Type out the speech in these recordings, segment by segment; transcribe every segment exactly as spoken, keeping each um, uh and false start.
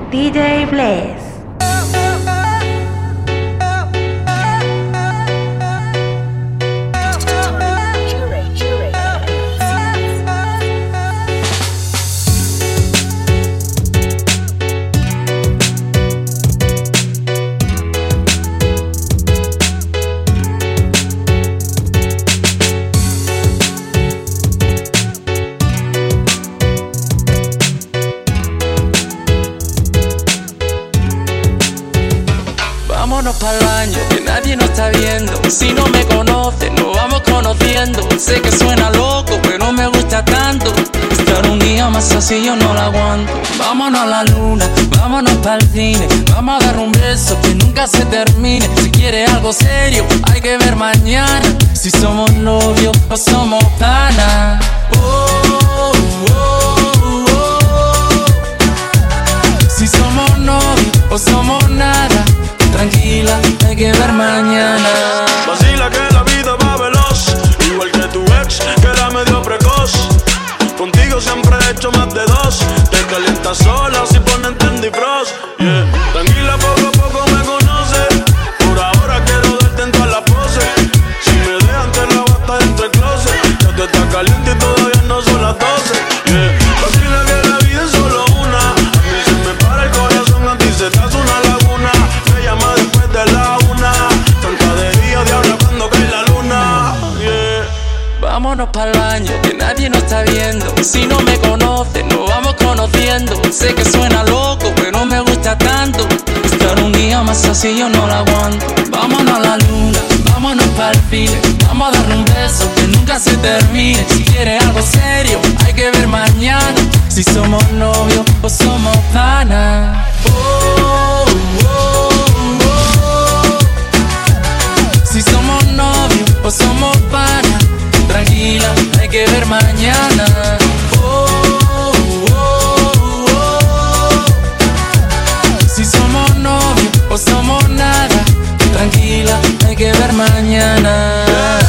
D J Bless. Vámonos pa'l baño, que nadie nos está viendo. Si no me conoces, nos vamos conociendo. Sé que suena loco, pero me gusta tanto. Estar un día más así yo no lo aguanto. Vámonos a la luna, vámonos pa'l cine. Vamos a dar un beso que nunca se termine. Si quieres algo serio, hay que ver mañana. Si somos novios o somos panas. Oh, oh, oh, oh. Si somos novios o somos nada. Tranquila, hay que ver mañana. Vacila que la vida va veloz, igual que tu ex, que era medio precoz. Contigo siempre he hecho más de dos. Te calientas sola si ponen Trendy Frost, yeah. Tranquila, poco a poco me conoces. Por ahora quiero darte en todas las poses. Si me dejan te la voy a estar entre closet. Ya tú estás caliente y todavía no son las doce, yeah. Vacila que la vida es solo una. A mí se me para el corazón, a ti se te hace una laguna. Me llama después de la una. Santa de día, diabla cuando cae la luna, yeah. Vámonos pa'l baño, que nadie nos está viendo. Si no me conoces, nos vamos conociendo. Sé que suena loco, pero me gusta tanto. Estar un día más así yo no lo aguanto. Vámonos a la luna, vámonos pa'l cine. Vamos a darle un beso que nunca se termine. Si quieres algo serio, hay que ver mañana. Si somos novios o somos panas. Oh, oh, oh. Si somos novios o somos panas. Tranquila, hay que ver mañana. Oh, oh, oh. Si somos novios o somos nada. Tranquila, hay que ver mañana.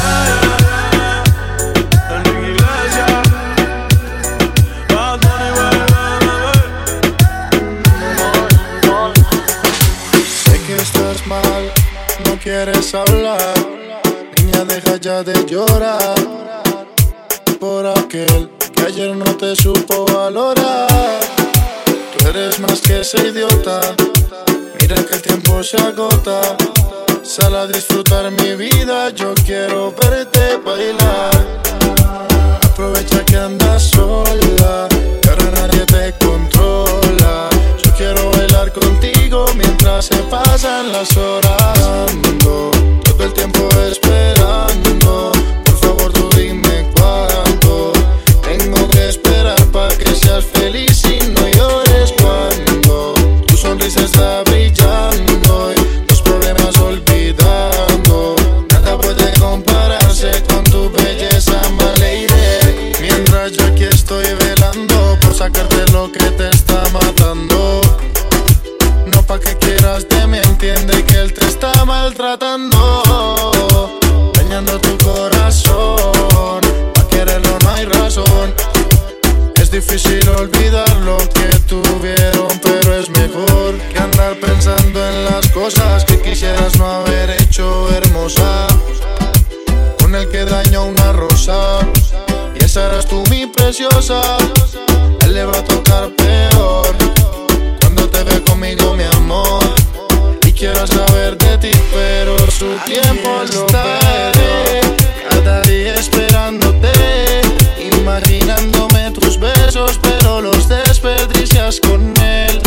Sé que estás mal, no quieres hablar. Niña, deja ya de llorar por aquel que ayer no te supo valorar. Tú eres más que ese idiota. Mira que el tiempo se agota. Sal a disfrutar mi vida. Yo quiero verte bailar. Aprovecha que andas sola, que ahora nadie te controla. Yo quiero bailar contigo mientras se pasan las horas. Ando todo el tiempo esperando. Por favor tú dime cuándo. Tengo que esperar para que seas feliz y no llores cuando tu sonrisa está brillando y los problemas olvidando. Nada puede compararse con tu belleza, my lady. Mientras yo aquí estoy velando por sacarte lo que te está matando. No pa' que quieras de mí, entiende que él te está maltratando. Dañando tu corazón, pa' quererlo no hay razón. Es difícil olvidar lo que tuvieron, pero es mejor que andar pensando en las cosas que quisieras no haber hecho, hermosa. Con el que dañó una rosa, y esa eras tú mi preciosa. A él le va a tocar peor cuando te ve conmigo, mi amor. Y quiero saber de ti, pero su tiempo lo estaré. Cada día esperándote, imaginándome tus besos, pero los desperdicias con él.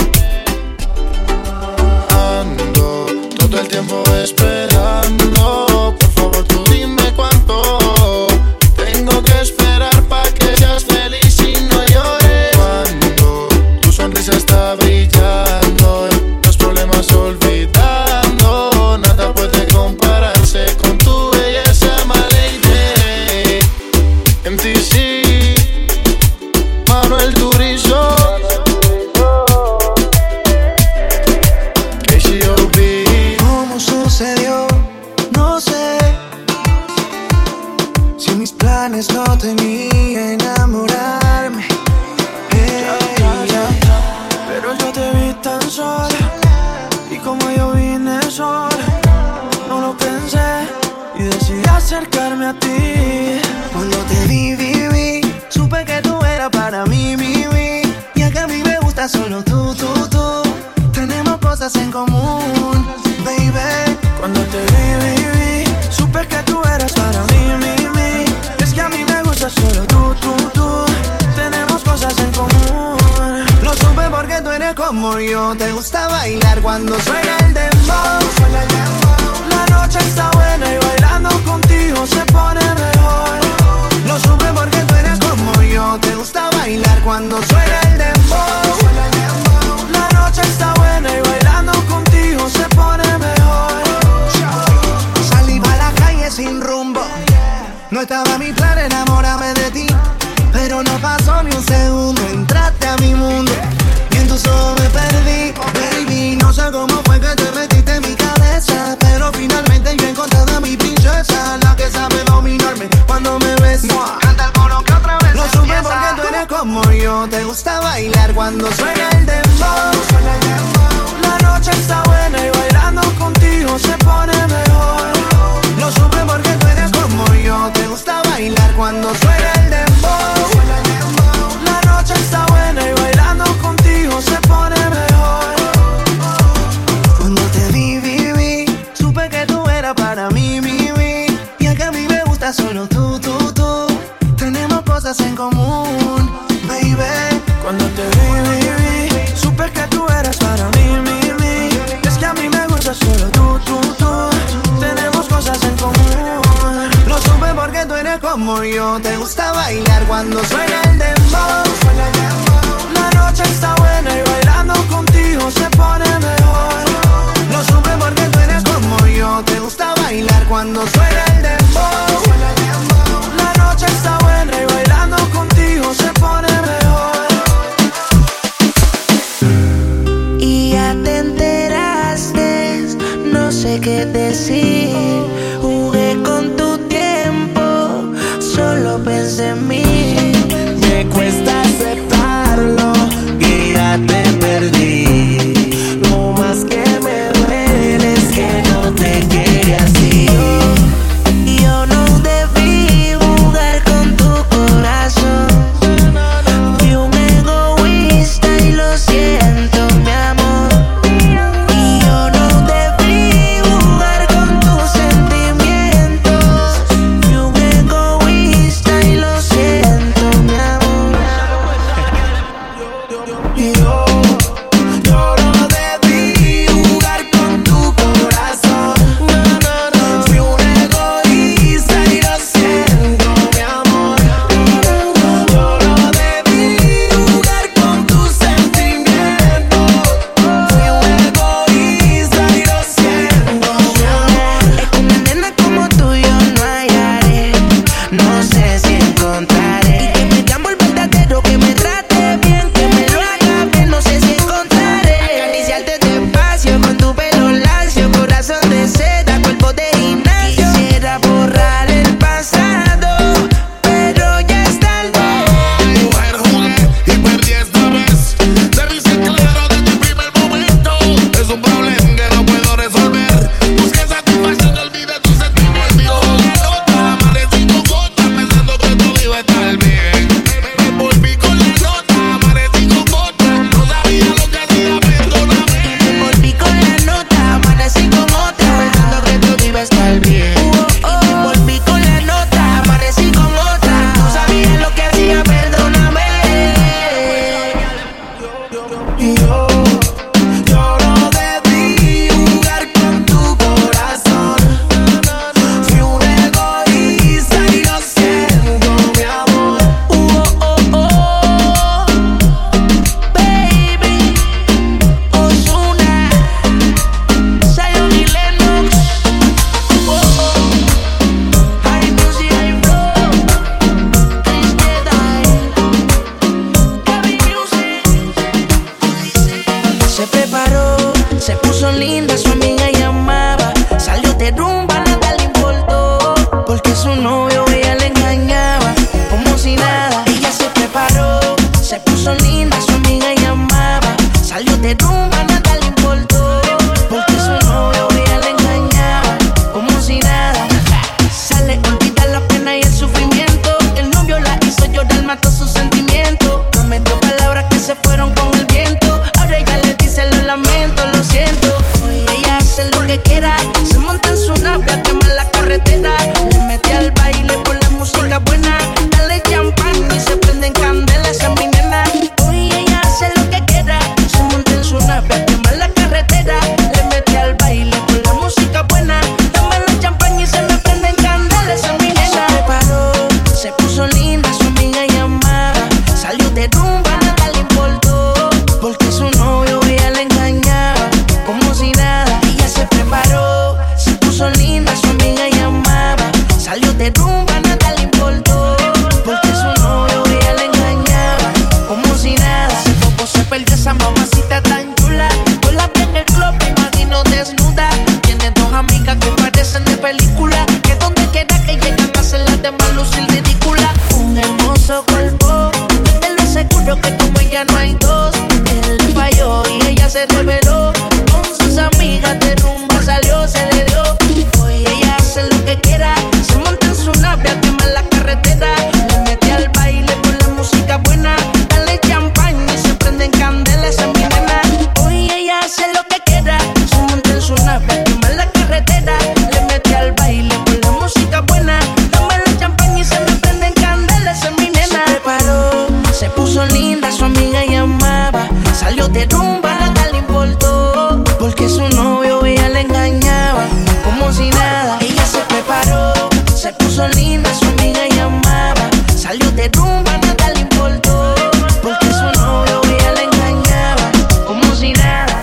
Ando todo el tiempo esperando. Por favor tú dime cuánto tengo que esperar pa' que seas feliz y no llores. Cuando gusta solo tú, tú, tú. Tenemos cosas en común, baby. Cuando te vi, vi, vi, supe que tú eras para mí, mí, mí. Es que a mí me gusta solo tú, tú, tú. Tenemos cosas en común. Lo supe porque tú eres como yo. Te gusta bailar cuando suena el dembow. La noche está buena y bailando contigo se pone mejor. Lo supe porque tú eres como yo. Te gusta bailar cuando suena el dembow. La noche está buena y bailando contigo se pone mejor. Salí pa' la calle sin rumbo. No estaba mi plan enamorarme de ti, pero no pasó ni un segundo. Entraste a mi mundo y en tus ojos me perdí, baby. No sé cómo fue que te metiste en mi cabeza, pero finalmente yo he encontrado a mi princesa, la que sabe dominarme cuando me ves. Canta el coro que otra vez lo supe porque tú eres como yo. Te gusta bailar cuando suena el dembow. La noche está buena y bailando contigo se pone mejor. Lo supe porque tú eres como yo. Te gusta bailar cuando suena el dembow. La noche está buena y bailando contigo se pone mejor. Cuando te vi, vi, vi, supe que tú eras para mí, mi, mi. Y es que a mí me gusta solo tú, tú, tú. Tenemos cosas en común, baby. Cuando te vi, vi, vi, supe que tú eras para mí, mi, mi. Es que a mí me gusta solo tú, tú, tú. Tenemos cosas en común. Lo supe porque tú eres como yo. Te gusta bailar cuando suena el dembow. La noche está buena y bailando contigo se pone mejor. Lo supe porque tú eres como yo. Te gusta bailar cuando suena el dembow. La noche está buena y bailando contigo se pone mejor. Y ya te enteraste, no sé qué decir. Jugué con tu tiempo, solo pensé en mí. Me cuesta aceptar ella no hay dos. Él le falló y ella se rebeló. Con sus amigas de rumba salió, se le dio. Hoy ella hace lo que quiera. Se monta en su nave a quemar la carretera. Le mete al baile con la música buena. Dale champaña y se prenden candelas en mi nena. Hoy ella hace lo que quiera. Se monta en su nave a quemar la carretera. Le mete al baile con la música buena. Dame la champaña y se me prenden candelas en mi nena. Se preparó, se puso linda, su amiga llamaba. Salió de rumba, nada le importó. Porque su novio ella le engañaba. Como si nada, ella se preparó. Se puso linda, su amiga llamaba. Salió de rumba, nada le importó. Porque su novio ella le engañaba. Como si nada.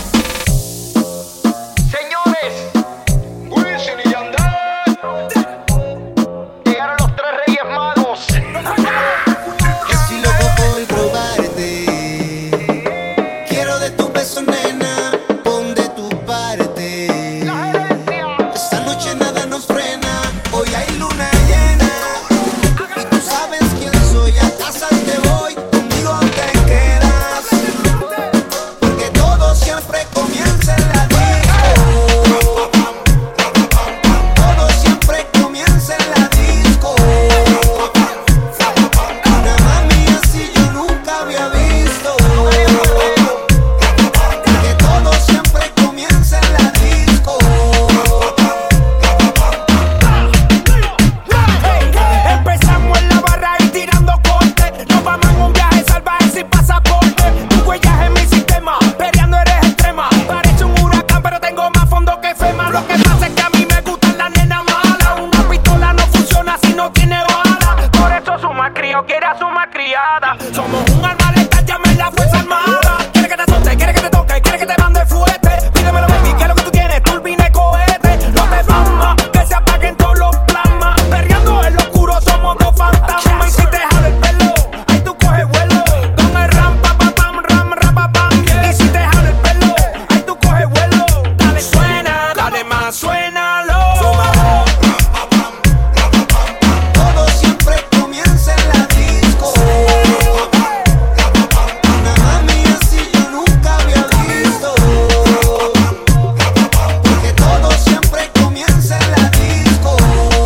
Señores, Wisin y Yandel, llegaron los tres Reyes Magos. Estoy loco por probarte. Quiero de tu beso, nena. Pon de tu parte. Esta noche nada nos frena. Hoy hay luna llena. Y tú sabes quién soy. A casa te voy. Conmigo te quedas. Porque todo siempre comienza en la disco. Todo siempre comienza en la disco. Una mami así yo nunca había visto. Porque todo siempre comienza en la disco. Empezamos en la barra y tirando corte. Nos vamos en un viaje salvaje sin pasaporte. Tu huella es en mi sistema, peleando eres extrema. Parece un huracán pero tengo más fondo que FEMA. Lo que pasa es que a mí me gustan las nenas malas. Una pistola no funciona si no tiene bala. Por eso su malcrio quiere a su malcriada. Somos un arma letal, llame la fuerza armada. Quiere que te azote, quiere que te toque, quiere que te mande fuerte. Pídemelo baby, que es lo que tú tienes, turbina y cohete. No te vamos, que se apaguen todos los plasmas. Perreando en lo oscuro somos dos fantasmas. Y si te jalo el pelo, ahí tú coges vuelo. Con el ram, pa, pa, pam, ram, ram, pa, pam. Y si te jalo el pelo, ahí tú coges vuelo. Dale, suena, dale más, suénalo. Todo siempre comienza en la disco. Una mami así yo nunca había visto. Porque todo siempre comienza en la disco.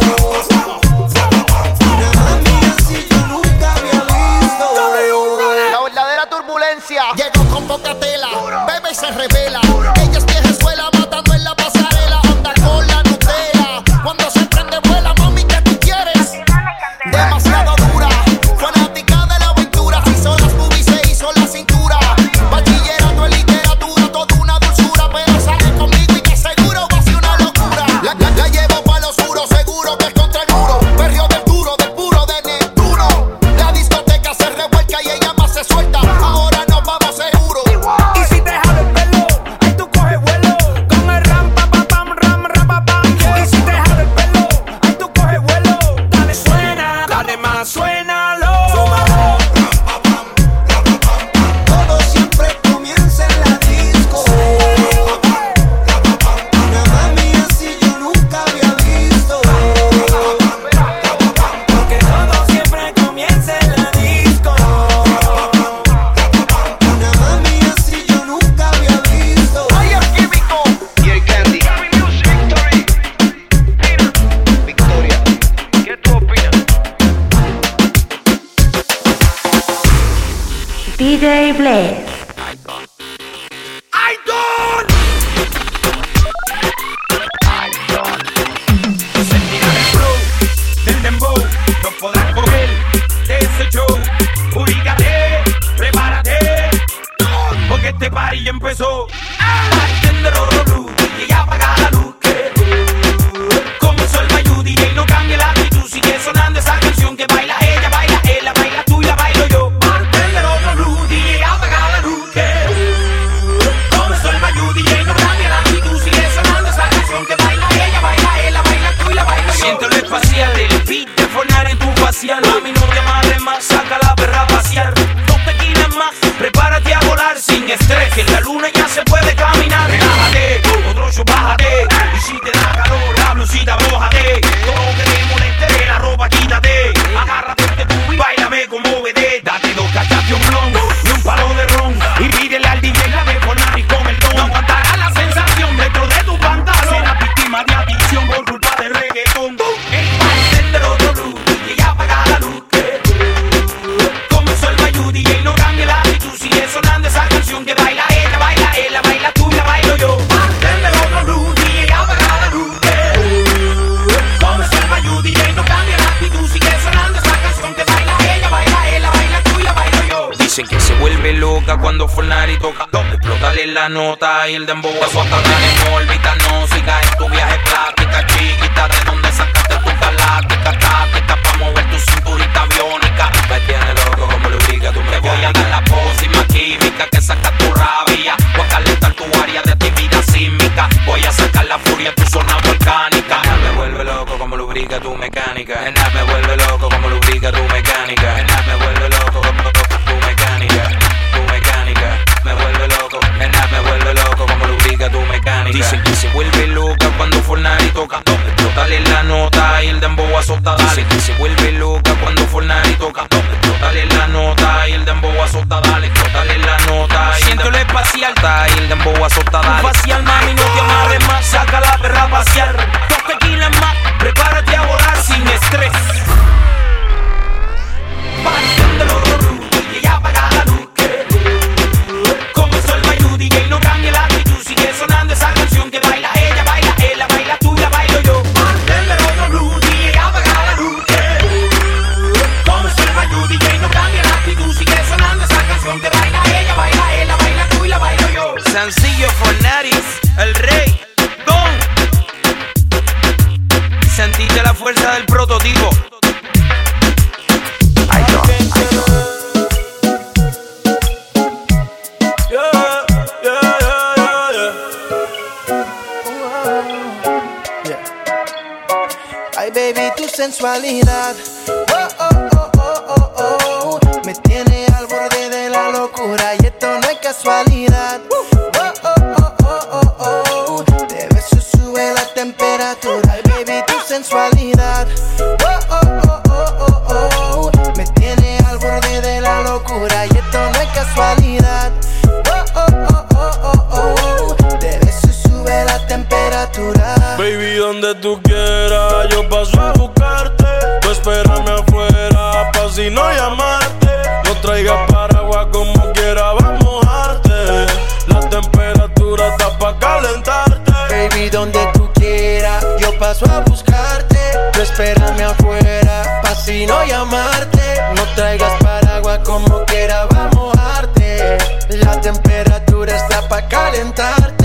Una mami así yo nunca había visto. La verdadera turbulencia. Llegó con poca tela, bebe y se revela. Ella es vieja escuela, matando en la pasarela. Anda con la Nutella, cuando se prende vuela. Mami, ¿qué tú quieres? Demasiado dura, fanática de la aventura. Hizo las boobies, se hizo la cintura. Bachillerato en literatura, toda una dulzura. Pero sale conmigo y que seguro va a ser una locura. La, la, la llevo pa' lo oscuro, seguro que es contra el muro. Perreo del duro, del puro de Neptuno. La discoteca se revuelca y ella más se suelta. Ahora nos vamos seguro. Y si te jalo el pelo, ahí tú coges vuelo. Con el ram, pa, pa, pam, ram, ram, pa, pam. Y si te jalo el pelo, ahí tú coges vuelo. Dale, suena, dale más, suénalo. Todo siempre comienza en la disco. Una mami así yo nunca había visto. Porque todo siempre comienza en la disco. Una mami así yo nunca había visto. Ay, el químico y el candy. Victory. Victoria, ¿qué tú opinas? D J Bless. ¡Ay, don! Sentirá el flow del dembow. No podrás coger de ese show. Ubícate, prepárate, porque este party ya empezó. Bartender Oro Blue, y apaga la luz. que, uh, Comenzó el Bayou, D J, no cambie la actitud. Sigue sonando esa canción que baila ella, baila él, la baila tú y la bailo yo. Bartender Oro Blue, D J, apaga la luz. que, uh, Comenzó el Bayou, D J, no cambie la actitud. Sigue sonando esa canción que baila ella, baila él, la baila tú y la bailo yo. Siento lo espacial, el beat de Fornar en tu facial. Mami, no te amarres más, saca la perra a pasear. Dos tequilas más, prepárate a volar sin estrés, que en la luna ya se puede caminar. Relájate, otro show bájate. Y si te da calor, la blusita mójate. Todo lo que te moleste, la ropa quítate. Agárrate este tú y bailame como vedette. Date dos cachas de un blon y un canción que baila ella, baila ella, baila tú, la bailo yo. Prende el otro luz, D J apaga la luz. Comenzó el Bayou, D J no cambia la actitud, sigue sonando esa canción que baila ella, baila ella, baila tú y la bailo yo. Dicen que se vuelve loca cuando Fornari toca. Explótale la nota y el dembow a su ataque. No olvídanos, siga en tu viaje plática, chiquita, de donde sacaste tu galáctica, táctica, pa' mover tu cinturita biónica. Me tiene loco como lubrica, tú me Te voy a dar la pócima química que saca tu rabia. Voy a calentar tu área de actividad sísmica. Voy a sacar la furia en tu zona volcánica. Me vuelve loco como lubrica tu mecánica. Me vuelve loco como lubrica tu mecánica. Me vuelve loco como tu mecánica. Tu mecánica. Me vuelve loco. Me vuelve loco como lubrica tu mecánica. Dicen que se vuelve loca cuando Fornari toca. Explótale la nota y el dembow azota, dale. Dicen que se vuelve loca cuando Fornari toca. Explótale la nota y el dembow azota, dale. Explótale la nota y siento el espacial y el dembow azota, dale. Facial, mami, no te amarres más. Saca la perra a pasear. Dos tequilas más. Prepárate a volar sin estrés. Partiendo los dos luz y ya apaga la luz. Comenzó el Bayou, D J no cambia la actitud, sigue sonando esa canción que baila ella, baila ella, baila tú y la bailo yo. Partiendo los dos luz y ya apaga la luz. Comenzó el Bayou, D J no cambia la actitud, sigue sonando esa canción que baila ella, baila ella, baila tú y la bailo yo. Sencillo Fornaris, el rey, Don. Sentiste la fuerza del prototipo. I don't, I don't. Yeah, yeah, yeah, yeah, yeah. Ay, baby, tu sensualidad, oh, oh, oh, oh, oh, oh, me tiene al borde de la locura y esto no es casualidad. Oh, oh, oh, oh, oh, oh, de beso sube la temperatura. Ay, baby, tu sensualidad, oh, oh, oh, oh, oh, oh, me tiene al borde de la locura y esto no es casualidad. Oh, oh, oh, oh, oh, oh, de beso sube la temperatura. Baby, donde tú quieras, yo paso a buscarte. Tú espérame afuera, pa' si no llamarte. No traigas paraguas como quiera, vamos a mojarte. La temperatura está pa' calentarte. Baby, donde tú quieras, yo paso a buscarte. Tú espérame afuera, pa' si no llamarte. No traigas paraguas como quiera, vamos a mojarte. La temperatura está pa' calentarte.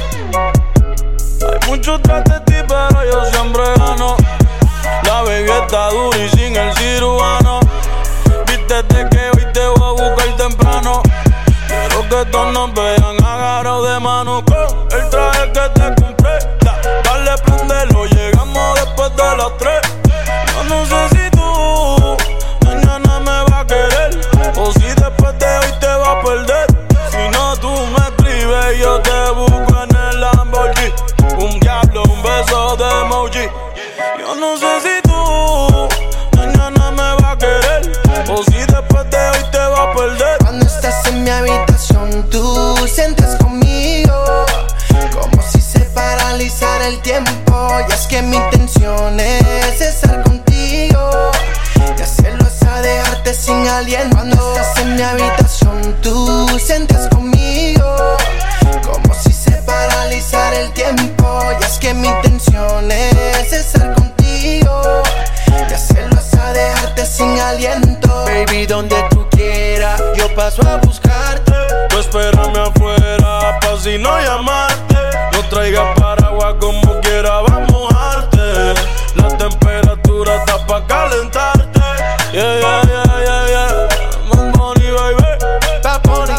Hay muchos tras de ti, pero yo siempre gano. La baby está dura y sin el cirujano. Vístete que hoy te voy a buscar temprano. Quiero que todos nos vean agarrados de mano con el traje que te compré. Da, dale, prendelo, llegamos después de las tres. Yo no sé si tú mañana me vas a querer o si después de hoy te vas a perder. Si no, tú me escribes y yo te busco en el Lamborghini. Un diablo, un beso de emoji. Yo no sé si tú mañana me vas a querer o si después de hoy te vas a perder. Cuando estás en mi habitación, tú sientes conmigo como si se paralizara el tiempo. Y es que mi intención es estar contigo y hacerlo hasta dejarte sin aliento. Cuando estás en mi habitación, tú sientes conmigo como si se paralizara el tiempo. Y es que mi intención es estar contigo y hacerlo hasta dejarte sin aliento. Baby, donde tú quieras, yo paso a buscarte. Tú espérame afuera, pa' si no llamarte. No traigas paraguas como quiera, vamos a mojarte. La temperatura está pa' calentarte. Yeah, yeah, yeah, yeah, yeah. Bad Bunny, baby. Bad Bunny,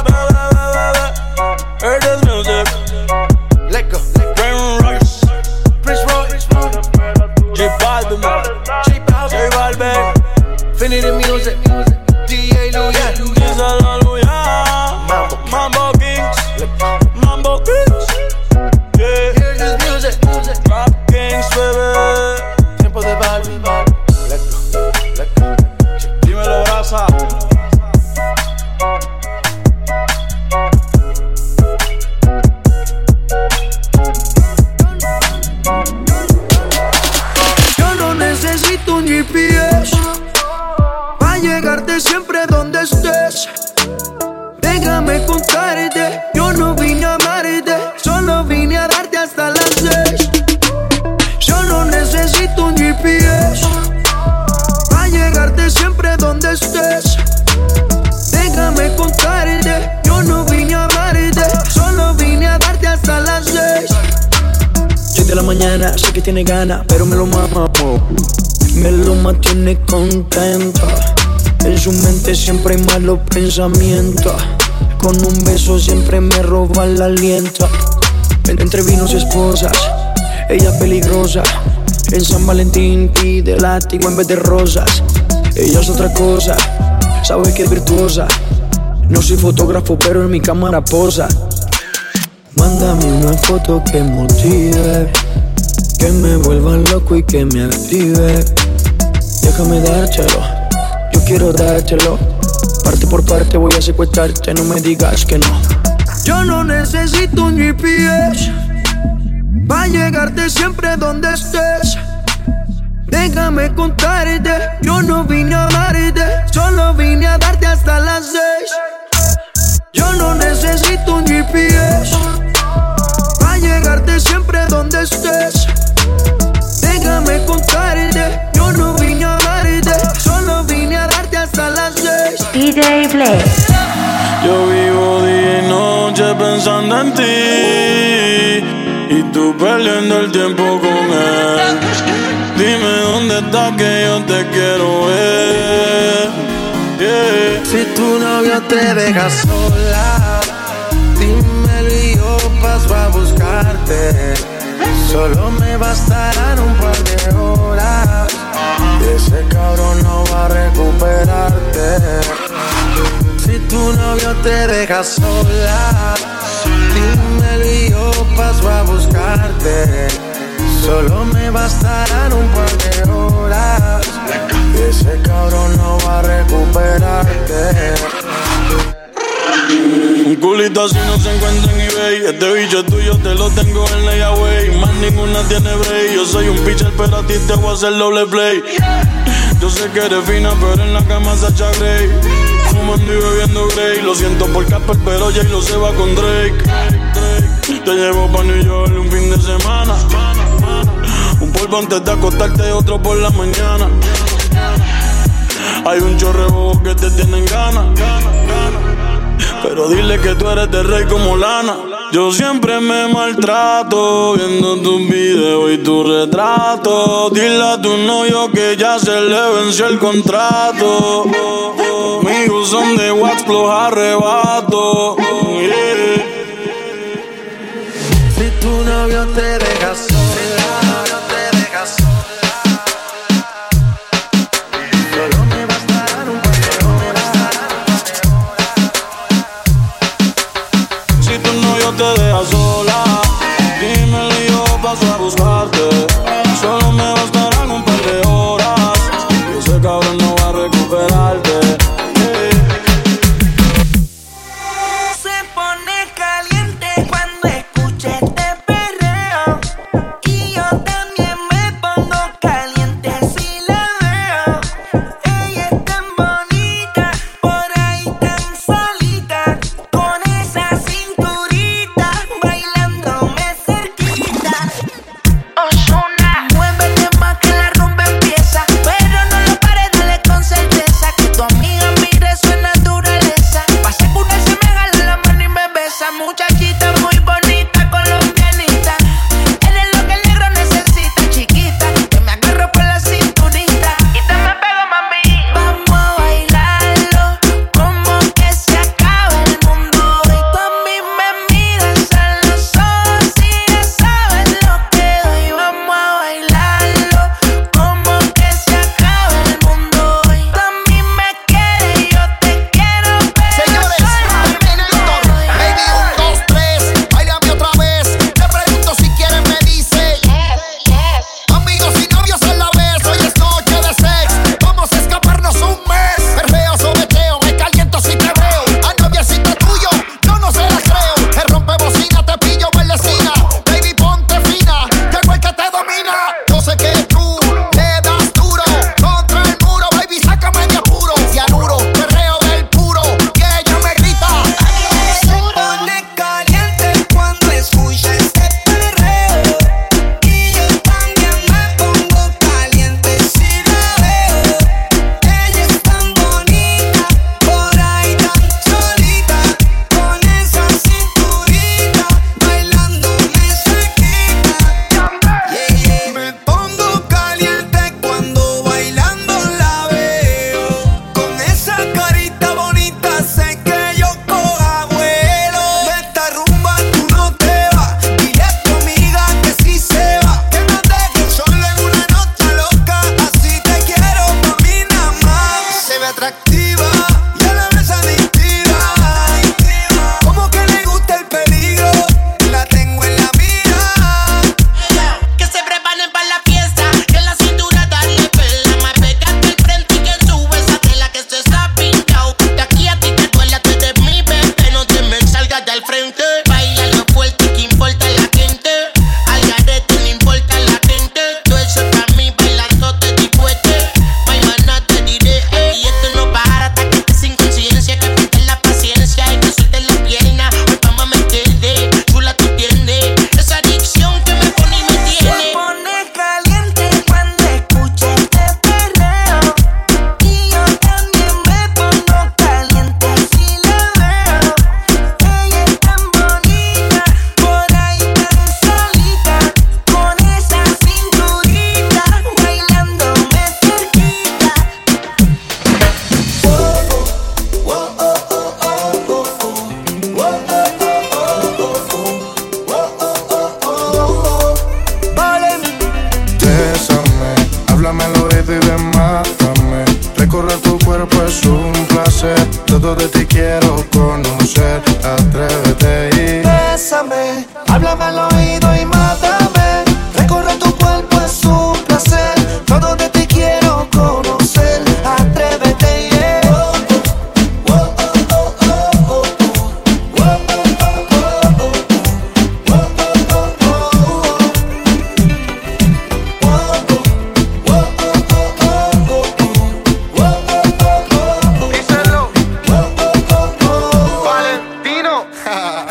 heard this music. let go. Rain Royce, Prince Royce, J Balvin, J Balvin, J Balvin, Infinity Music, D A Luyan, dice la Luya. Mambo, Mambo Kings, Mambo Kings. Yeah, here's this music, music. Rap Kings, baby. Tiempo de Balvin, let go, let go. Dímelo, brasa. Yo no necesito un G P S pa' llegarte siempre donde estés. Déjame contarte mañana, sé que tiene ganas, pero me lo mama. Me lo mantiene contento. En su mente siempre hay malos pensamientos. Con un beso siempre me roba el aliento. Entre vinos y esposas, ella peligrosa. En San Valentín pide látigo en vez de rosas. Ella es otra cosa, sabe que es virtuosa. No soy fotógrafo, pero en mi cámara posa. Mándame una foto que motive, que me vuelva loco y que me active. Déjame dártelo, yo quiero dártelo. Parte por parte voy a secuestrarte, no me digas que no. Yo no necesito un G P S pa' llegarte siempre donde estés. Déjame contarte, yo no vine a hablarte, solo vine a darte hasta las seis. Yo no necesito un G P S pa' llegarte siempre donde estés. Déjame contarte, yo no vine a hablarte, solo vine a darte hasta las seis. D J Blake. Yo vivo día y noche pensando en ti y tú perdiendo el tiempo con él. Dime dónde estás que yo te quiero ver. Yeah. Si tu novio te deja sola, dímelo y yo paso a buscarte. Solo me bastarán un par de horas y ese cabrón no va a recuperarte. Si tu novio te deja sola, dímelo y yo paso a buscarte. Solo me bastarán un par de horas y ese cabrón no va a recuperarte. Un culito así no se encuentra en eBay. Este bicho tuyo te lo tengo en layaway. Más ninguna tiene break. Yo soy un pitcher pero a ti te voy a hacer doble play. Yo sé que eres fina pero en la cama Sacha Grey. Fumando y bebiendo Grey. Lo siento por Casper pero J-Lo se va con Drake. Te llevo pa' New York un fin de semana. Un polvo antes de acostarte, otro por la mañana. Hay un chorre bobo que te tienen ganas, pero dile que tú eres de rey como Lana. Yo siempre me maltrato viendo tus videos y tu retrato. Dile a tu novio que ya se le venció el contrato. Amigos son de wax, los arrebato. Yeah. Si tu novio te deja sola, te deja sola, solo me bastarán un par de horas. Si tu novio te deja sola, dímelo y yo paso a buscarte. Solo me bastarán un par de horas y ese cabrón no va a recuperarte. Yeah.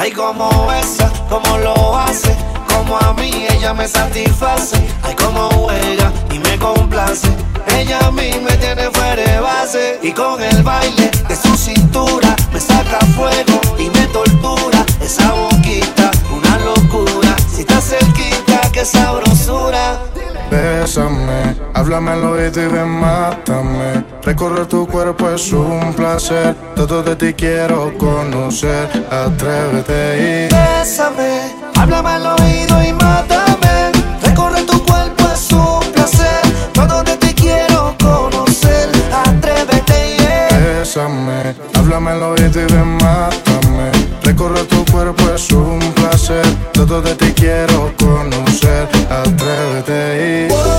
Ay, como esa, como lo hace, como a mí ella me satisface. Ay, como juega y me complace. Ella a mí me tiene fuera de base. Y con el baile de su cintura me saca fuego y me tortura. Esa boquita, una locura. Si estás cerquita, qué sabrosura. Bésame, háblame al oído y ven, mátame. Recorrer tu cuerpo es un placer. Todo de ti quiero conocer. Atrévete y bésame, háblame al oído y mátame. Recorrer tu cuerpo es un placer. Todo de ti quiero conocer. Atrévete y yeah. Bésame, háblame al oído y ven, mátame. Recorrer tu cuerpo es un placer. Todo de ti quiero conocer. Atrévete y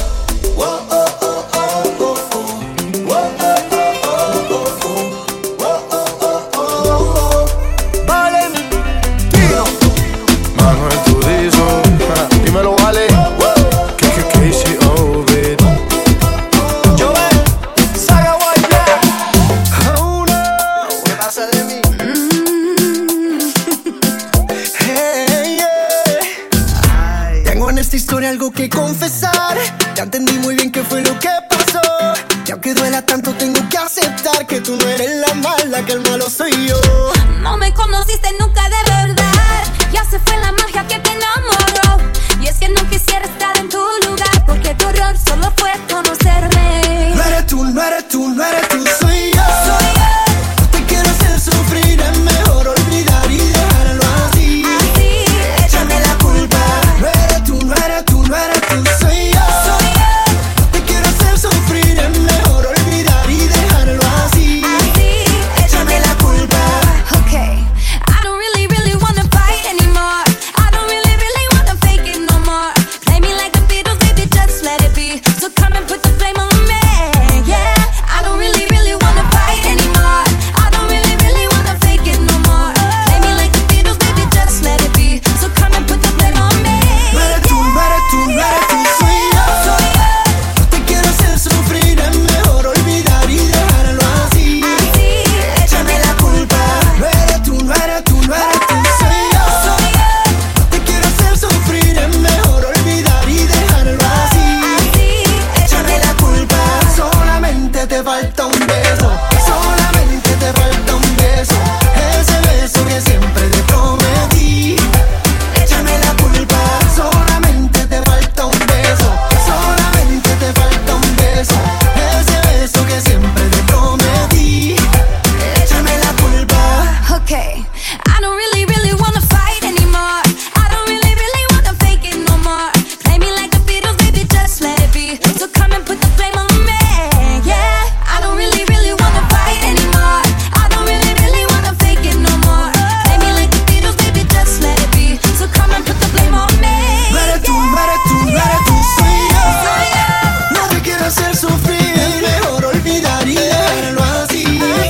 algo que confesar. Ya entendí muy bien qué fue lo que pasó. Y aunque duela tanto tengo que aceptar que tú no eres la mala, que el malo soy yo. No me conociste nunca de verdad. Ya se fue la magia que te enamoró. Y es que no quisiera estar en tu lugar, porque tu error solo fue conocerme. No eres tú, no eres tú, no eres tú, soy yo. Soy yo. No te quiero hacer sufrir, es mejor olvidar y dejarlo así. Así, échame la culpa. No eres tú, no eres tú, no eres tú, soy yo. Soy yo. No te quiero hacer sufrir, es mejor olvidar y dejarlo así. Así, échame la culpa. Okay, I don't really, really wanna fight anymore. I don't really, really wanna fake it no more. Play me like the Beatles, baby, just let it be. So come and put the flame on me, yeah. I don't really, really wanna fight anymore. I don't really, really wanna fake it no more. Play me like the Beatles, baby, just let it be. So come and put the flame on me. No eres tú, no eres tú, no eres tú, soy yo. Soy yo. No te quiero hacer sufrir, es mejor olvidar y dejarlo así. Así, échame la culpa. No eres tú, no eres tú, no eres tú, soy yo. soy yo. No te quiero hacer sufrir, es mejor olvidar y dejarlo así. Así, Échame la culpa. Solamente te falta un beso. Solamente te falta un beso. Ese beso que siempre te prometí. Échame la culpa. Solamente te falta un beso. Solamente te falta un beso. Ese beso que siempre te prometí. Échame la culpa. Okay, I don't really, really wanna fight anymore. I don't really, really wanna fake it no more. Play me like the Beatles, baby, just let it be. So come and put the flame on me, yeah. I don't really, really wanna fight anymore. I don't really, really wanna fake it no more. Play me like the Beatles, baby, just let it be. So come and put the flame on me. No eres tú, no eres tú, no eres tú, soy yo. Soy yo. No te quiero hacer sufrir, es mejor olvidar y dejarlo así.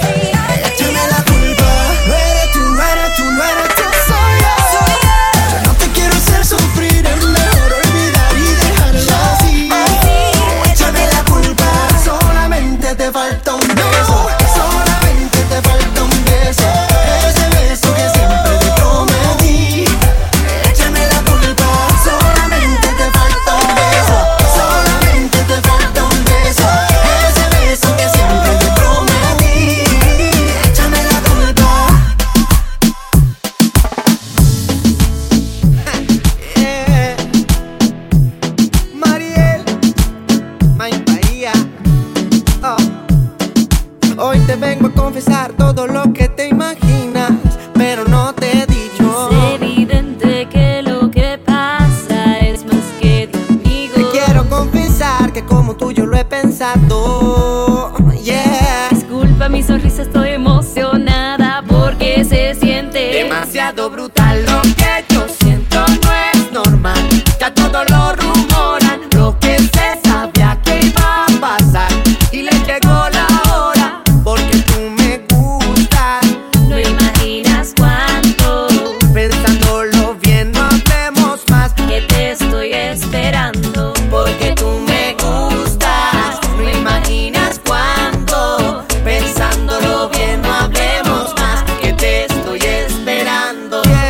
Échame la culpa. No eres tú, no eres tú, no eres tú, soy yo. Soy yo. Yo no te quiero hacer sufrir, es mejor olvidar y dejarlo así. Échame la culpa. Solamente te falta un beso. Solamente te falta un beso. Ese beso que siempre te prometí. Échame la culpa. Solamente te falta un beso. Solamente te falta un beso. Ese beso que siempre te prometí. Échame la culpa. Yeah. Mariel, May Bahía. Oh. Hoy te vengo a confesar todo lo que te imaginas, pero no te he dicho. Es evidente que lo que pasa es más que de amigos. Te quiero confesar que como tú yo lo he pensado. Yeah. Disculpa mi sonrisa, estoy emocionada porque se siente Demasiado brutal lo que yo siento, no es normal. Ya todo lo rumoran, lo que se sabía que iba a pasar. Y le llegó la hora, porque tú me gustas. no imaginas cuánto Pensándolo bien, no hablemos más. que te estoy esperando. Porque tú me gustas, no imaginas cuánto. Pensándolo bien, no hablemos más, que te estoy esperando. Yeah.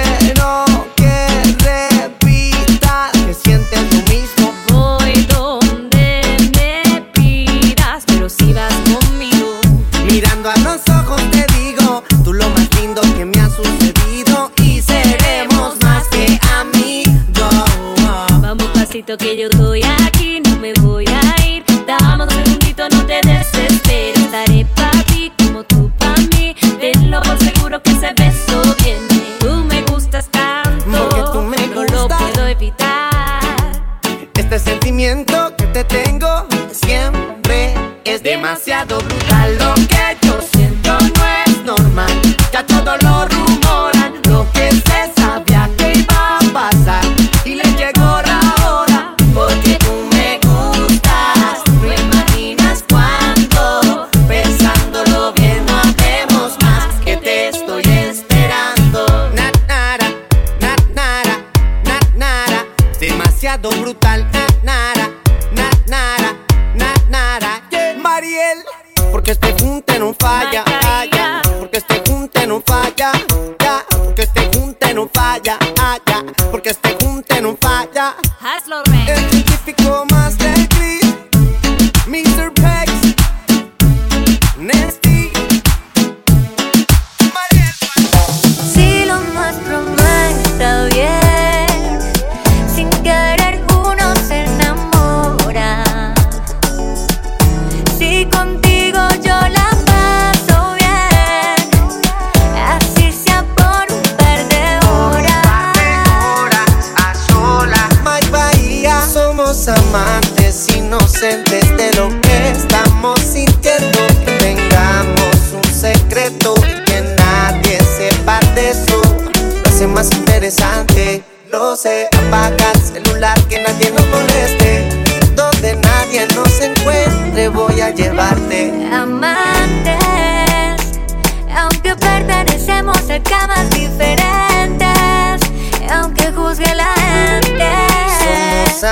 sucedido y seremos más que amigos. Vamos pasito que yo estoy aquí, no me voy a ir. Dame un segundito, no te desesperes. Estaré pa' ti como tú pa' mí. Tenlo por seguro que ese beso viene. Tú me gustas tanto, porque tú me no gustas. lo puedo evitar. Este sentimiento que te tengo siempre es demasiado brutal. Lo que yo siento no es normal. Ya todo lo rumoran, lo que se sabía que iba a pasar y le llegó la hora. Porque tú me gustas, no imaginas cuánto. Pensándolo bien, no hablemos más, que te estoy esperando. Na nara, na nara, na nara, demasiado brutal. Na nara, na nara, na nara. Yeah. Mariel, porque este junte no falla, falla. Porque este junte no falla, ya. Porque este junte no falla, ah, ya. Porque este junte no falla. Hazlo, Ren. El científico más del Chris, mister Pex, Nesty. Si lo nuestro no está bien, sin querer uno se enamora. Si contigo yo la paso bien, así sea por un par de horas. A solas, Mike Bahía. Somos amantes inocentes de lo que estamos sintiendo. Que tengamos un secreto y que nadie sepa de eso. Lo hace más interesante, lo sé. Apaga el celular, que nadie nos moleste. Donde nadie nos encuentre voy a llevarte. Amantes, aunque pertenecemos a camas diferentes, aunque juzgue la gente. Somos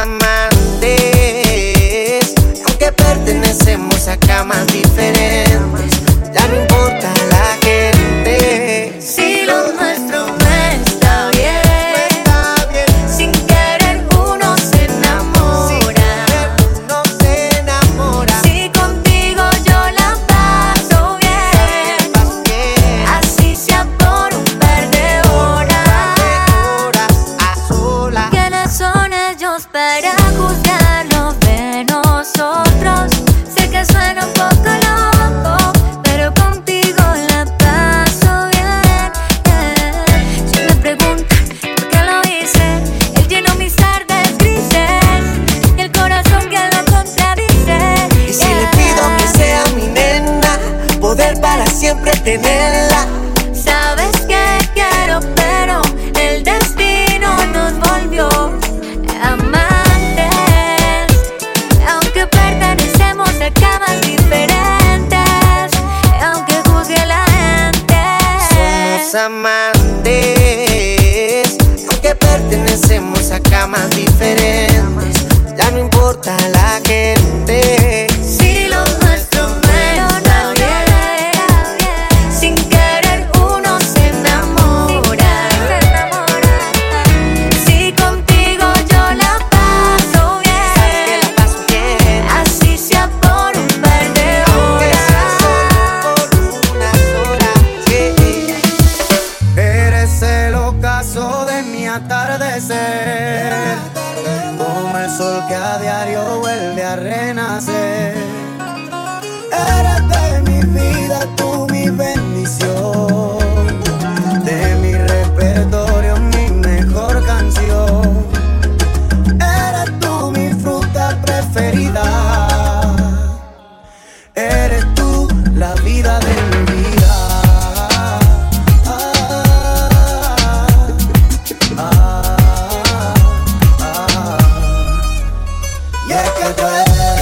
amantes, aunque pertenecemos a camas diferentes. Ya no importa la gente. Si lo nuestro no está bien, sin querer uno se enamora. No se enamora. Si contigo yo la paso bien, así sea por un par de horas. A solas. ¿Quiénes son ellos para juzgar lo de nosotros? Sé que suena un poco loco, pero contigo la paso bien. eh. Si me preguntan por qué lo hice, él llenó mis tardes grises y el corazón que lo contradice. Y si le pido que sea mi nena, poder para siempre tenerla. Sabes que quiero, pero el destino nos volvió amantes, aunque pertenecemos a camas diferentes, aunque juzgue la gente. Somos amantes, aunque pertenecemos a camas diferentes. Ya no importa la gente. Si lo nuestro no está bien, sin querer uno se enamora. Si contigo yo la paso bien, así sea por un par de horas. Eres el ocaso de mi atardecer, como el sol que a diario vuelve a renacer. Eres de mi vida, tú mi bendición, de mi repertorio mi mejor canción. Eres tú mi fruta preferida, eres tú la vida de mi vida. Y es que tú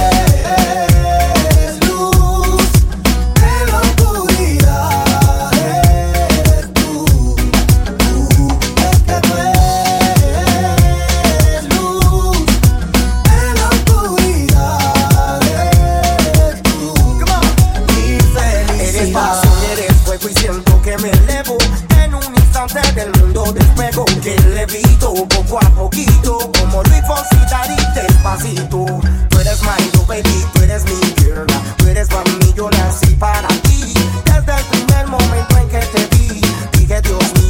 eres luz en la oscuridad, eres tú, tú. Es que tú eres luz en la oscuridad, eres tú. Mi felicidad. Eres pasión, eres fuego y siento que me elevo. En un instante del mundo despego, que levito poco a poquito, como Luis Fonsi, Daddy, despacito. Tú eres my baby, tú eres mi girl, tú eres para mí, yo nací para ti. Desde el primer momento en que te vi, dije Dios mío.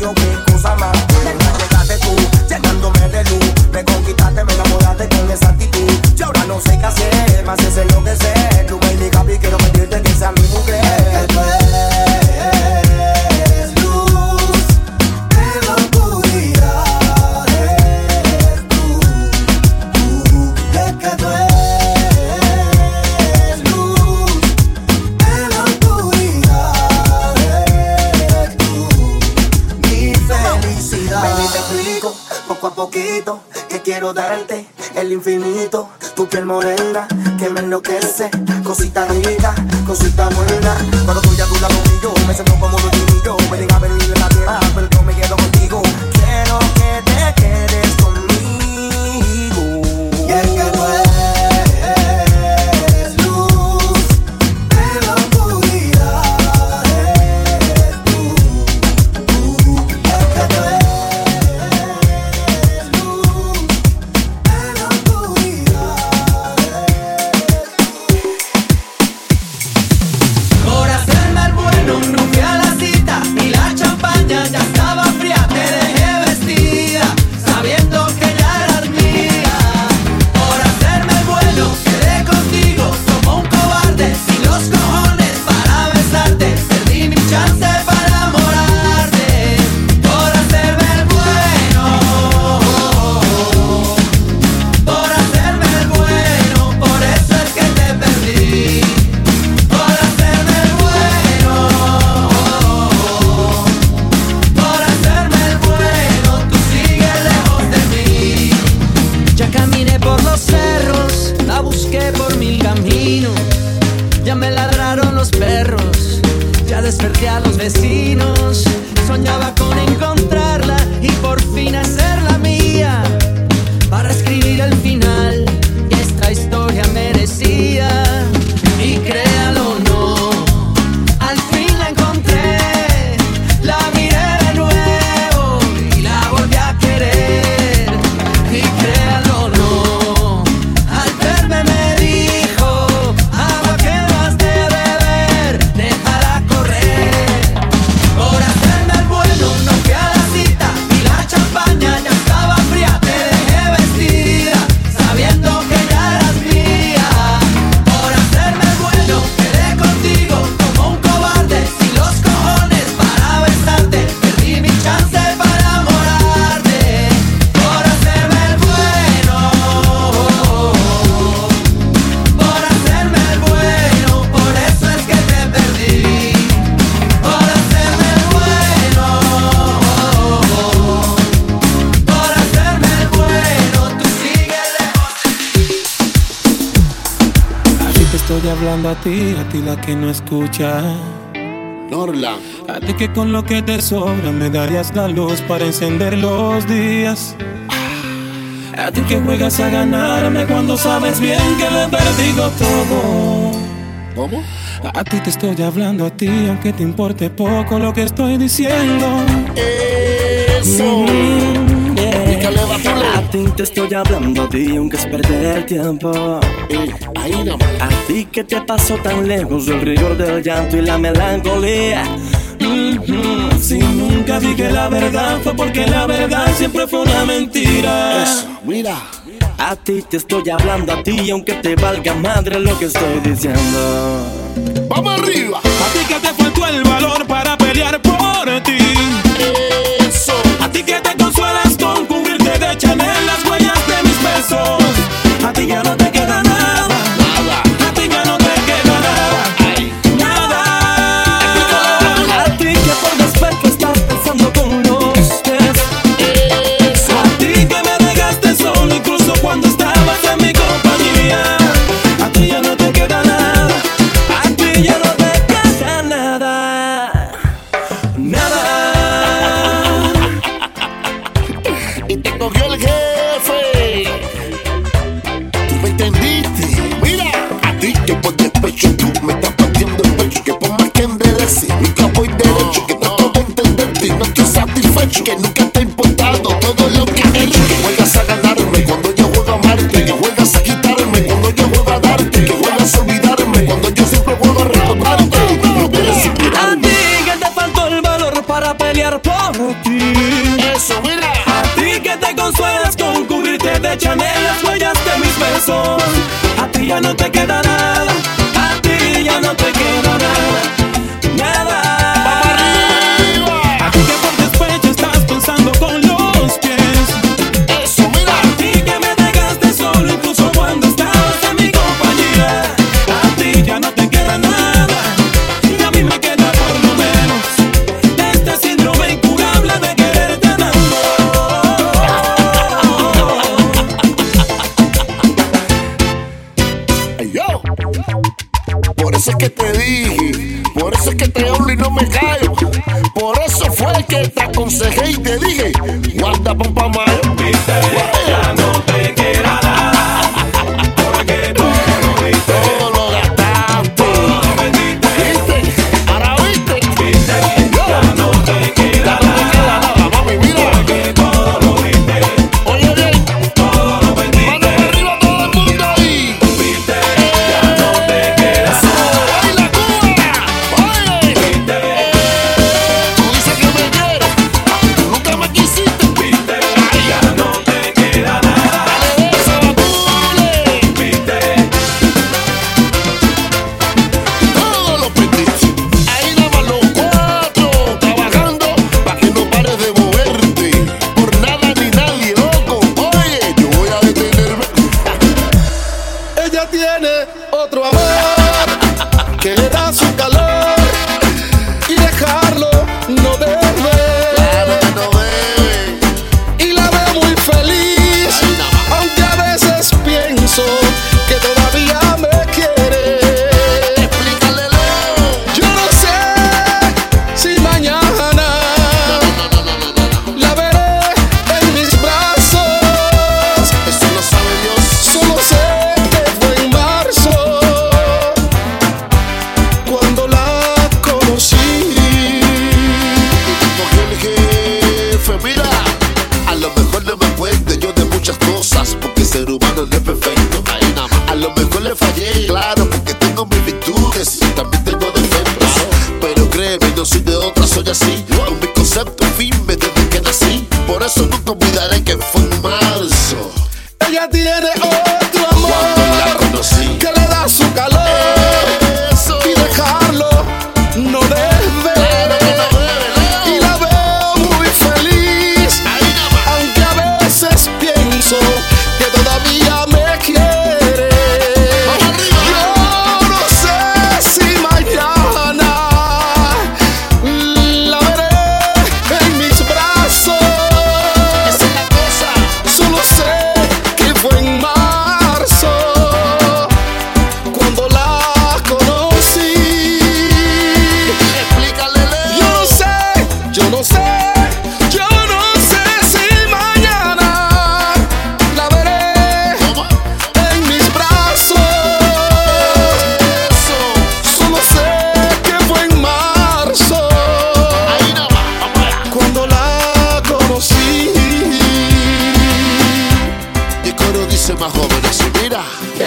rico, poco a poquito, que quiero darte el infinito. Tu piel morena, que me enloquece, cosita rica, cosita buena. Cuando tú ya tú la conmigo, me siento como un niño. Me diga venir de la tierra, pero yo me quedo contigo. Quiero que te quedes conmigo. Y es que tú eres desperté a los vecinos. Soñaba con encontrarla y por fin hacerla mía, para escribir el final que esta historia merecía. Y créalo o no, al fin la encontré. La miré de nuevo y la volví a querer. Y créalo o no, al verme me dijo: agua que no has de beber, déjala correr. Por hacerme el bueno no fui a la cita y la champaña ya estaba fría. Te dejé vestida sabiendo que ya eras mía. Por hacerme el bueno quedé contigo como un cobarde, sin los cojones para besarte. Perdí mi chance para enamorarte. Por hacerme el bueno, por hacerme el bueno, por eso es que te perdí. Por hacerme el bueno, por hacerme el bueno, tú sigues lejos. A ti te estoy hablando, a ti, a ti la que no escucha. Norla. A ti que con lo que te sobra me darías la luz para encender los días. A ti que juegas a ganarme cuando sabes bien que lo he perdido todo. ¿Cómo? A ti te estoy hablando, a ti, aunque te importe poco lo que estoy diciendo. Eso. Mm, yeah. Dígale, bátale. A ti te estoy hablando, a ti, aunque es perder el tiempo. Eh, ahí nada más. A ti que te pasó tan lejos del rigor del llanto y la melancolía. Mm-hmm. Si nunca dije la verdad fue porque la verdad siempre fue una mentira. Eso, mira. A ti te estoy hablando, a ti, aunque te valga madre lo que estoy diciendo. ¡Vamos arriba! A ti que te faltó el valor para pelear por ti. Eso. A ti que te consuelas con cubrirte de Chanel las huellas de mis besos. A ti ya no te queda nada. Nada. A ti ya no te queda nada. Ay. Nada. A ti que por despecho estás pensando con los pies. Eso. A ti que me dejaste solo incluso cuando estabas en mi compañía. A ti ya no te queda nada. A ti ya no te queda nada. Nada. Y te cogió el jefe. Tú me entendiste. Mira, a ti que por despecho tú me estás partiendo el pecho. Que por más que enderece, nunca voy derecho. Que trato de entenderte y no estoy satisfecho. Que nunca te ha importado todo lo que he hecho. Que juegas a ganarme cuando yo juego a amarte. Que juegas a quitarme cuando yo juego a darte. Que juegas a olvidarme cuando yo siempre juego a recordarte. No puedes A superarme. ti que te faltó el valor para pelear por ti. Eso, mira. A ti que te consuelas con cubrirte de Chanel las huellas de mis besos. A ti ya no te queda nada. A ti ya no te queda nada. Nada. A ti que por despecho estás pensando con los pies. Eso, mira. A ti que me dejaste solo incluso cuando estabas en mi compañía. A ti ya no te queda nada. Y a mí me queda por lo menos este síndrome incurable de quererte tanto. ese hate te dije, guarda pompa mal. Viste, ya no te queda nada, porque todo lo viste, todo lo gastaste, todo lo vendiste. ¿Viste? Ahora viste. Viste, ya no te queda nada, mami, mira. porque todo lo viste, Oye bien, todo lo vendiste. mano para arriba todo el mundo ahí. Viste, ya no te queda nada. ¡Ay, la Cuba! Oye, tú dices que me quieres, nunca me quisiste. Viste, ya no te queda nada. Dale esa batule, Viste, todo lo perdiste. Ahí nada más los cuatro trabajando pa' que no pares de moverte. Por nada ni nadie, loco. Oye, yo voy a detenerme. Ella tiene otro amor que le da su calor y dejarlo no debe. Claro que no debe. Y la veo muy feliz, Ahí nada más. aunque a veces pienso que todavía me quiere. Explícale, Leo. Yo no sé si mañana la veré en mis brazos. Eso lo sabe Dios. Solo sé que fue en marzo cuando la conocí. Porque el jefe, mira, a lo mejor no me acuerdo yo de muchas cosas, porque el ser humano no es perfecto. Ahí nada más. A lo mejor le fallé, claro, porque tengo mis virtudes y también tengo defectos. Pero créeme, no soy de otra, soy así, con mi concepto firme desde que nací. Por eso nunca olvidaré que fue en marzo Ella tiene otro cuando la amor conocí. que le da su calor Eso. y dejarlo no debe. Claro que no debe, Leo. Y la veo muy feliz, Ahí nada más. aunque a veces pienso que todavía me quiere. Vamos arriba. Yo no sé si mañana la veré en mis brazos. Esa es la cosa. Solo sé que fue en marzo cuando la conocí. Explícale, Leo. Yo no sé, yo no sé, yo no sé si mañana la veré ¿Cómo? en mis brazos. Eso. Solo sé que fue en marzo Ahí nada más. Vamos allá. cuando la conocí. Y el coro dice más joven así, mira.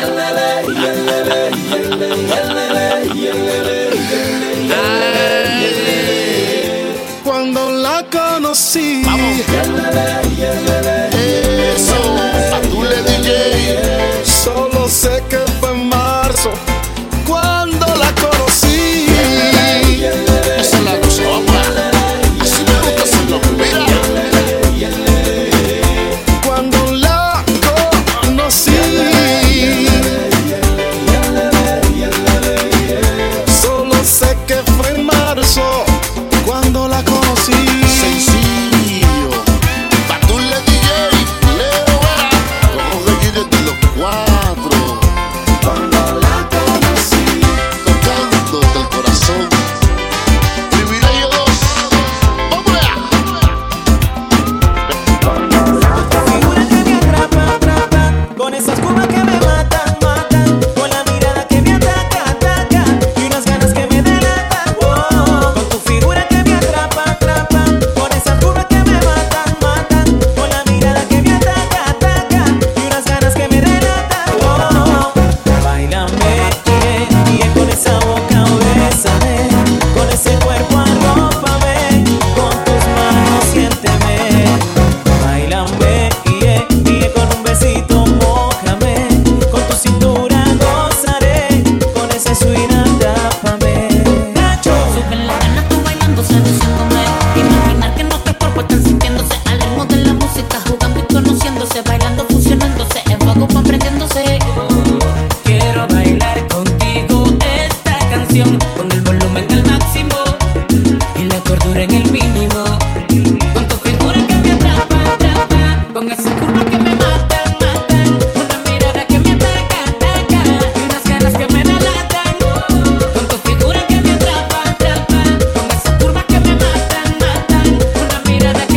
Cuando la conocí. Eso, Batule D J. Solo sé que fue en marzo cuando la conocí. Esa es la cosa, vamos allá. Así me gusta hacerlo, mira. Cuando la conocí. Solo sé que fue en marzo cuando la conocí. Sencillo. Batule D J. Leo Vera. Como seguir de los cuatro. Cuando la conocí. Tocando del corazón. Privilegio dos. Vamos allá. Figura que me atrapa, atrapa, con esas curvas que me matan, matan, con la mirada que me ataca, ataca, y unas ganas que me delatan, wow. Con tu figura que me atrapa, atrapa, con esas curvas que me matan, matan, con la mirada que me ataca, ataca, y unas ganas que me delatan, wow. Báilame, yeah, yeah, con esa boca bésame, con ese cuerpo arrópame, con tus manos siénteme. Bailame, yeah, yeah, con un besito mójame, con tu cintura gozaré, con ese swing atápame. Nacho, Suben las ganas tú bailando, seduciéndome. Imaginar que nuestros cuerpos están sintiéndose al ritmo de la música, jugando y conociéndose, bailando, fusionándose, en fuego comprendiéndose. Quiero bailar contigo esta canción con el volumen al máximo y la cordura en el mínimo. Con tu figura que me atrapa, atrapa, con esa curva que me mata, mata, una mirada que me ataca, ataca, y unas ganas que me delatan. Con tu figura que me atrapa, atrapa, con esa curva que me mata, mata, una mirada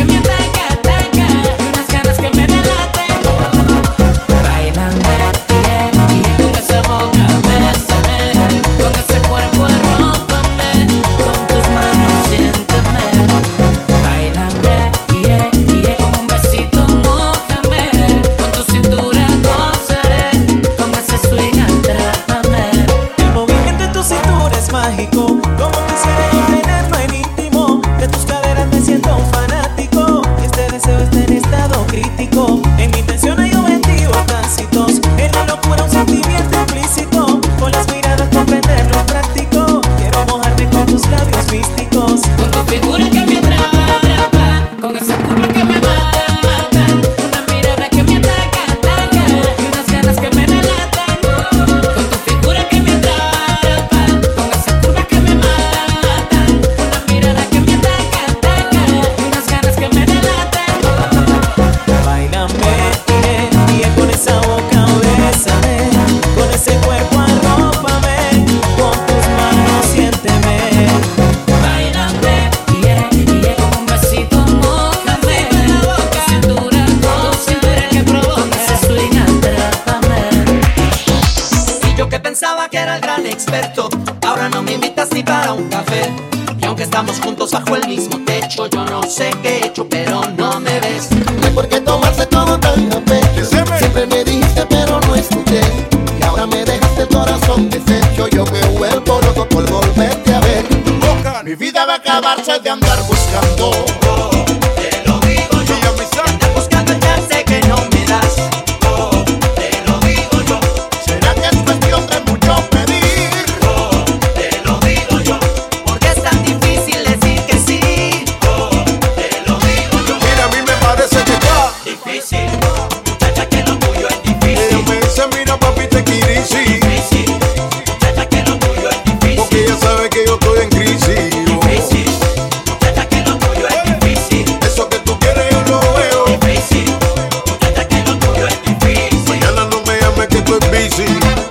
me matan, matan. Una mirada que me ataca, ataca. Y unas ganas que me delatan. Con tu figura que me atrapa. Con esa curva que me matan, matan. Una mirada que me ataca, ataca. Y unas ganas que me delatan. Báilame, eh, y con esa boca bésame. Con ese cuerpo arrópame. Con tus manos siénteme. Báilame, yeah, yeah, con un besito mójame. La boca, cintura, todo siempre que provoca. Ese swing, atrápame. Y yo que pensaba que era el gran experto, ahora no me invitas ni para un café. Y aunque estamos juntos bajo el mismo techo, yo no sé qué he hecho, pero no me ves. No hay por qué tomarse todo tan a pecho. Siempre me dijiste pero no escuché. Y ahora me dejaste el corazón deshecho. Yo me vuelvo loco por volverte a ver. Mi vida va a acabarse de andar buscando. Te lo digo yo, andar buscando el chance que no me das. Te lo digo yo, ¿Será que es cuestión de mucho pedir? te lo digo yo, porque es tan difícil decir que sí. Te lo digo yo, Mira, a mí me parece que está difícil, muchacha que lo tuyo es Ella difícil. me dice, mira papi, te quiero sí. Difícil, muchacha que lo tuyo es difícil. Porque ella sabe que yo estoy en crisis. Difícil, muchacha que lo tuyo es difícil. Eso que tú quieres yo lo veo. Difícil, muchacha que lo tuyo es difícil. Mañana no me llames que estoy busy.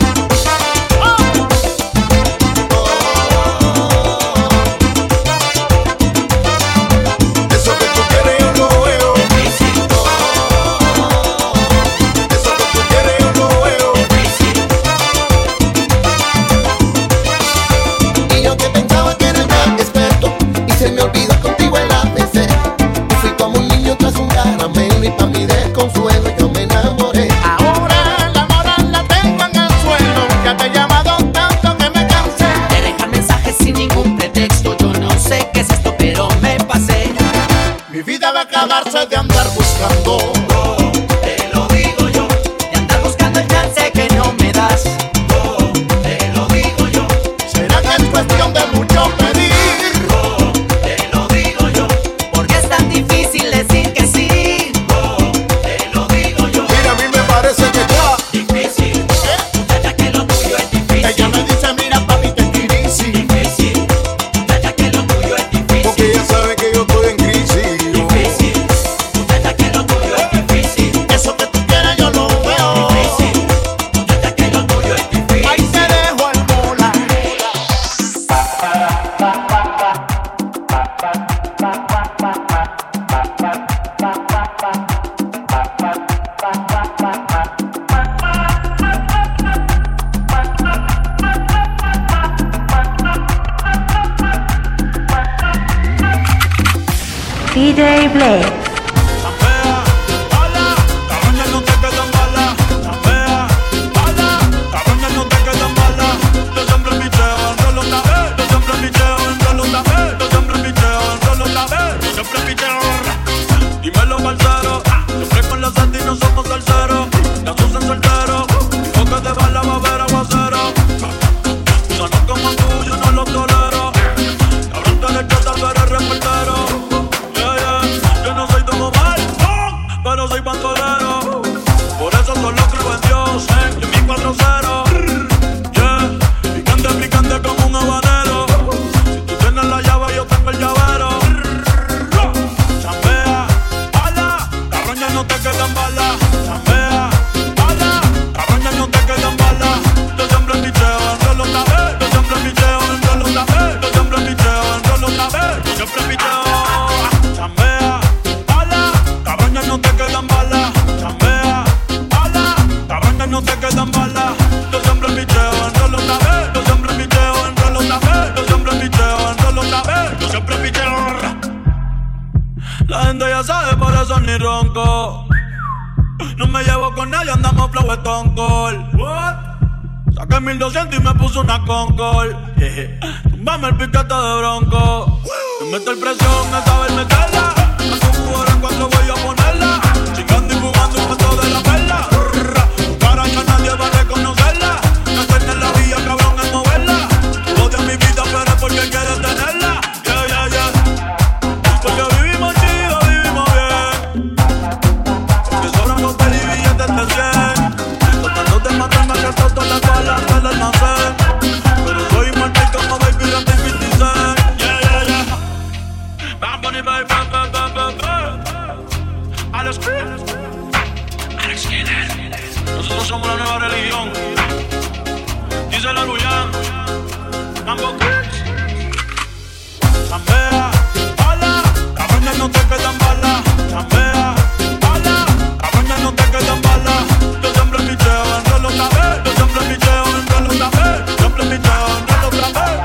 Eso que tú quieres yo lo veo. Difícil, Eso que tú quieres yo lo veo. difícil. Y yo que pensaba que era el gran experto, y se me olvidó contigo el A B C. Y fui como un niño tras un caramelo, y pa' mi desconsuelo yo me enamoré. Ahora la moral la tengo en el suelo. Ya te he llamado tanto que me cansé. De dejar mensajes sin ningún pretexto. Yo no sé qué es esto, pero me pasé. Mi vida va a acabarse de andar buscando. Te lo digo yo, de andar buscando el chance que no me das. Te lo digo yo, ¿Será que es cuestión de mucho pedir? te lo digo yo, porque es tan difícil decir que sí. Te lo digo yo, Mira, a mí me parece que está difícil, muchacha que lo tuyo es Ella difícil. me dice, mira papi, te quiero sí. Difícil, muchacha que lo tuyo es porque difícil. ella sabe que yo estoy en crisis. Difícil, muchacha que lo tuyo es difícil. Eso que tú quieres yo lo veo. Difícil, muchacha que lo tuyo es difícil. Ahí te dejo el mola. D J Blake. Chambea, bala, cabrones no te quedan balas. Chambea, bala, cabrones no te quedan balas. Yo siempre picheo, enrolo otra vez. Yo siempre picheo, enrolo otra vez. Yo siempre picheo, enrolo otra vez. Yo siempre picheo. Dímelo, parcero. Siempre con la santa y no somos salseros. Ya sos en soltero. Dijo que de bala va a haber aguacero. Gusanos como tú, yo no los tolero. Cabrón, te le chota, tú eres reportero. Yeah, yeah. Yo no soy todo mal, pero soy bandolero. Por eso solo creo en Dios, eh, y mi cuatro cero. Yeah, picante, picante como un habanero. Si tú tienes la llave, yo tengo el llavero. Chambea, bala, carroña no te quedan balas. Chambea, bala, carroña no te quedan balas. Yo siempre picheo, enrolo otra vez. Yo siempre picheo, enrolo otra vez. Yo siempre picheo, enrolo otra vez. Yo siempre picheo. Chambea, bala, carroña no te quedan balas. Chambea, bala, carroña no te quedan balas. Yo siempre picheo, enrolo otra vez. Yo siempre picheo, enrolo otra vez. Yo siempre picheo, enrolo otra vez. Yo siempre picheo. La gente ya sabe, por eso ni ronco. No me llevo con nadie, andamos flow Stone Cold. What? Saqué mil doscientos y me puso una Concord. Tumbame el piquete de bronco. Me meto el presión a saber meterla. A tu mujer en cuatro voy a ponerla. Chingando y jugando un paso de la perla. Cara ya nadie va a reconocerla. No estoy en la vía, cabrón, en moverla. Odia mi vida, pero es porque quieres tenerla. Yeah, yeah, yeah. Porque vivimos chido, vivimos bien. Alex Skinner. Alex Skinner. Nosotros somos la nueva religión. Dice la Luyan. Mambo Kids. Chambea, bala. Cabrones no te quedan balas. Chambea, bala. Cabrones no te quedan balas. Yo siempre picheo, enrolo otra vez. Yo siempre picheo, enrolo otra vez. Siempre picheo, enrolo otra vez.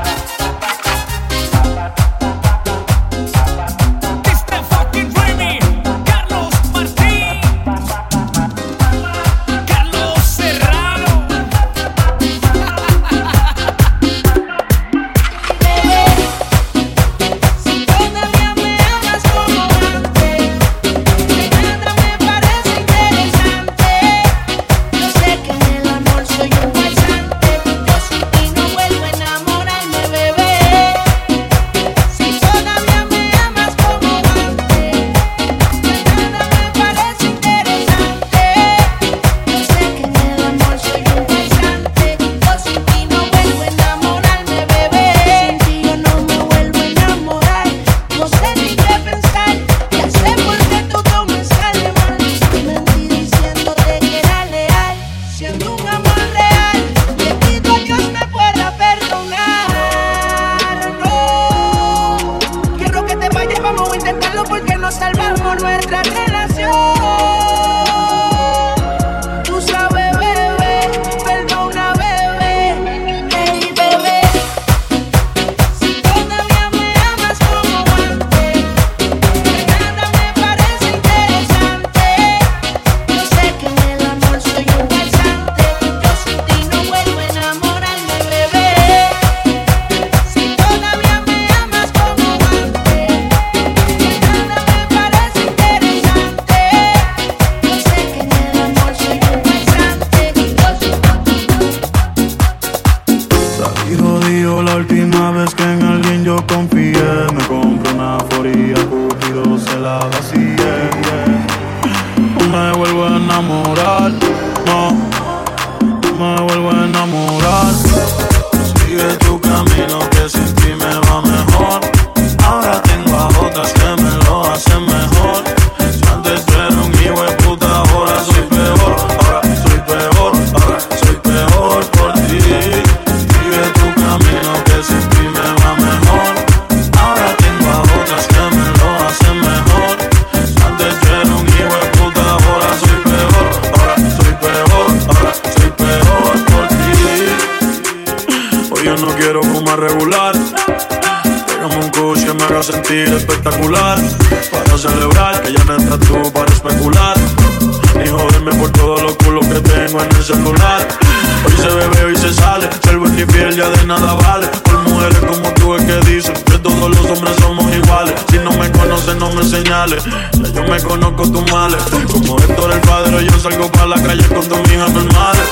Espectacular, para celebrar que ya no estás tú para especular, ni joderme por todos los culos que tengo en el celular. Hoy se bebe, hoy se sale, ser buen y fiel ya de nada vale. Por mujeres como tú es que dicen que todos los hombres somos iguales. Si no me conoces no me señales, ya yo me conozco tus males. Como Héctor el padre yo salgo para la calle con tus hijas normales.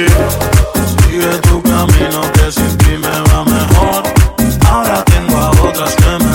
Yeah. Sigue tu camino que sin ti me va mejor. Ahora tengo a otras que me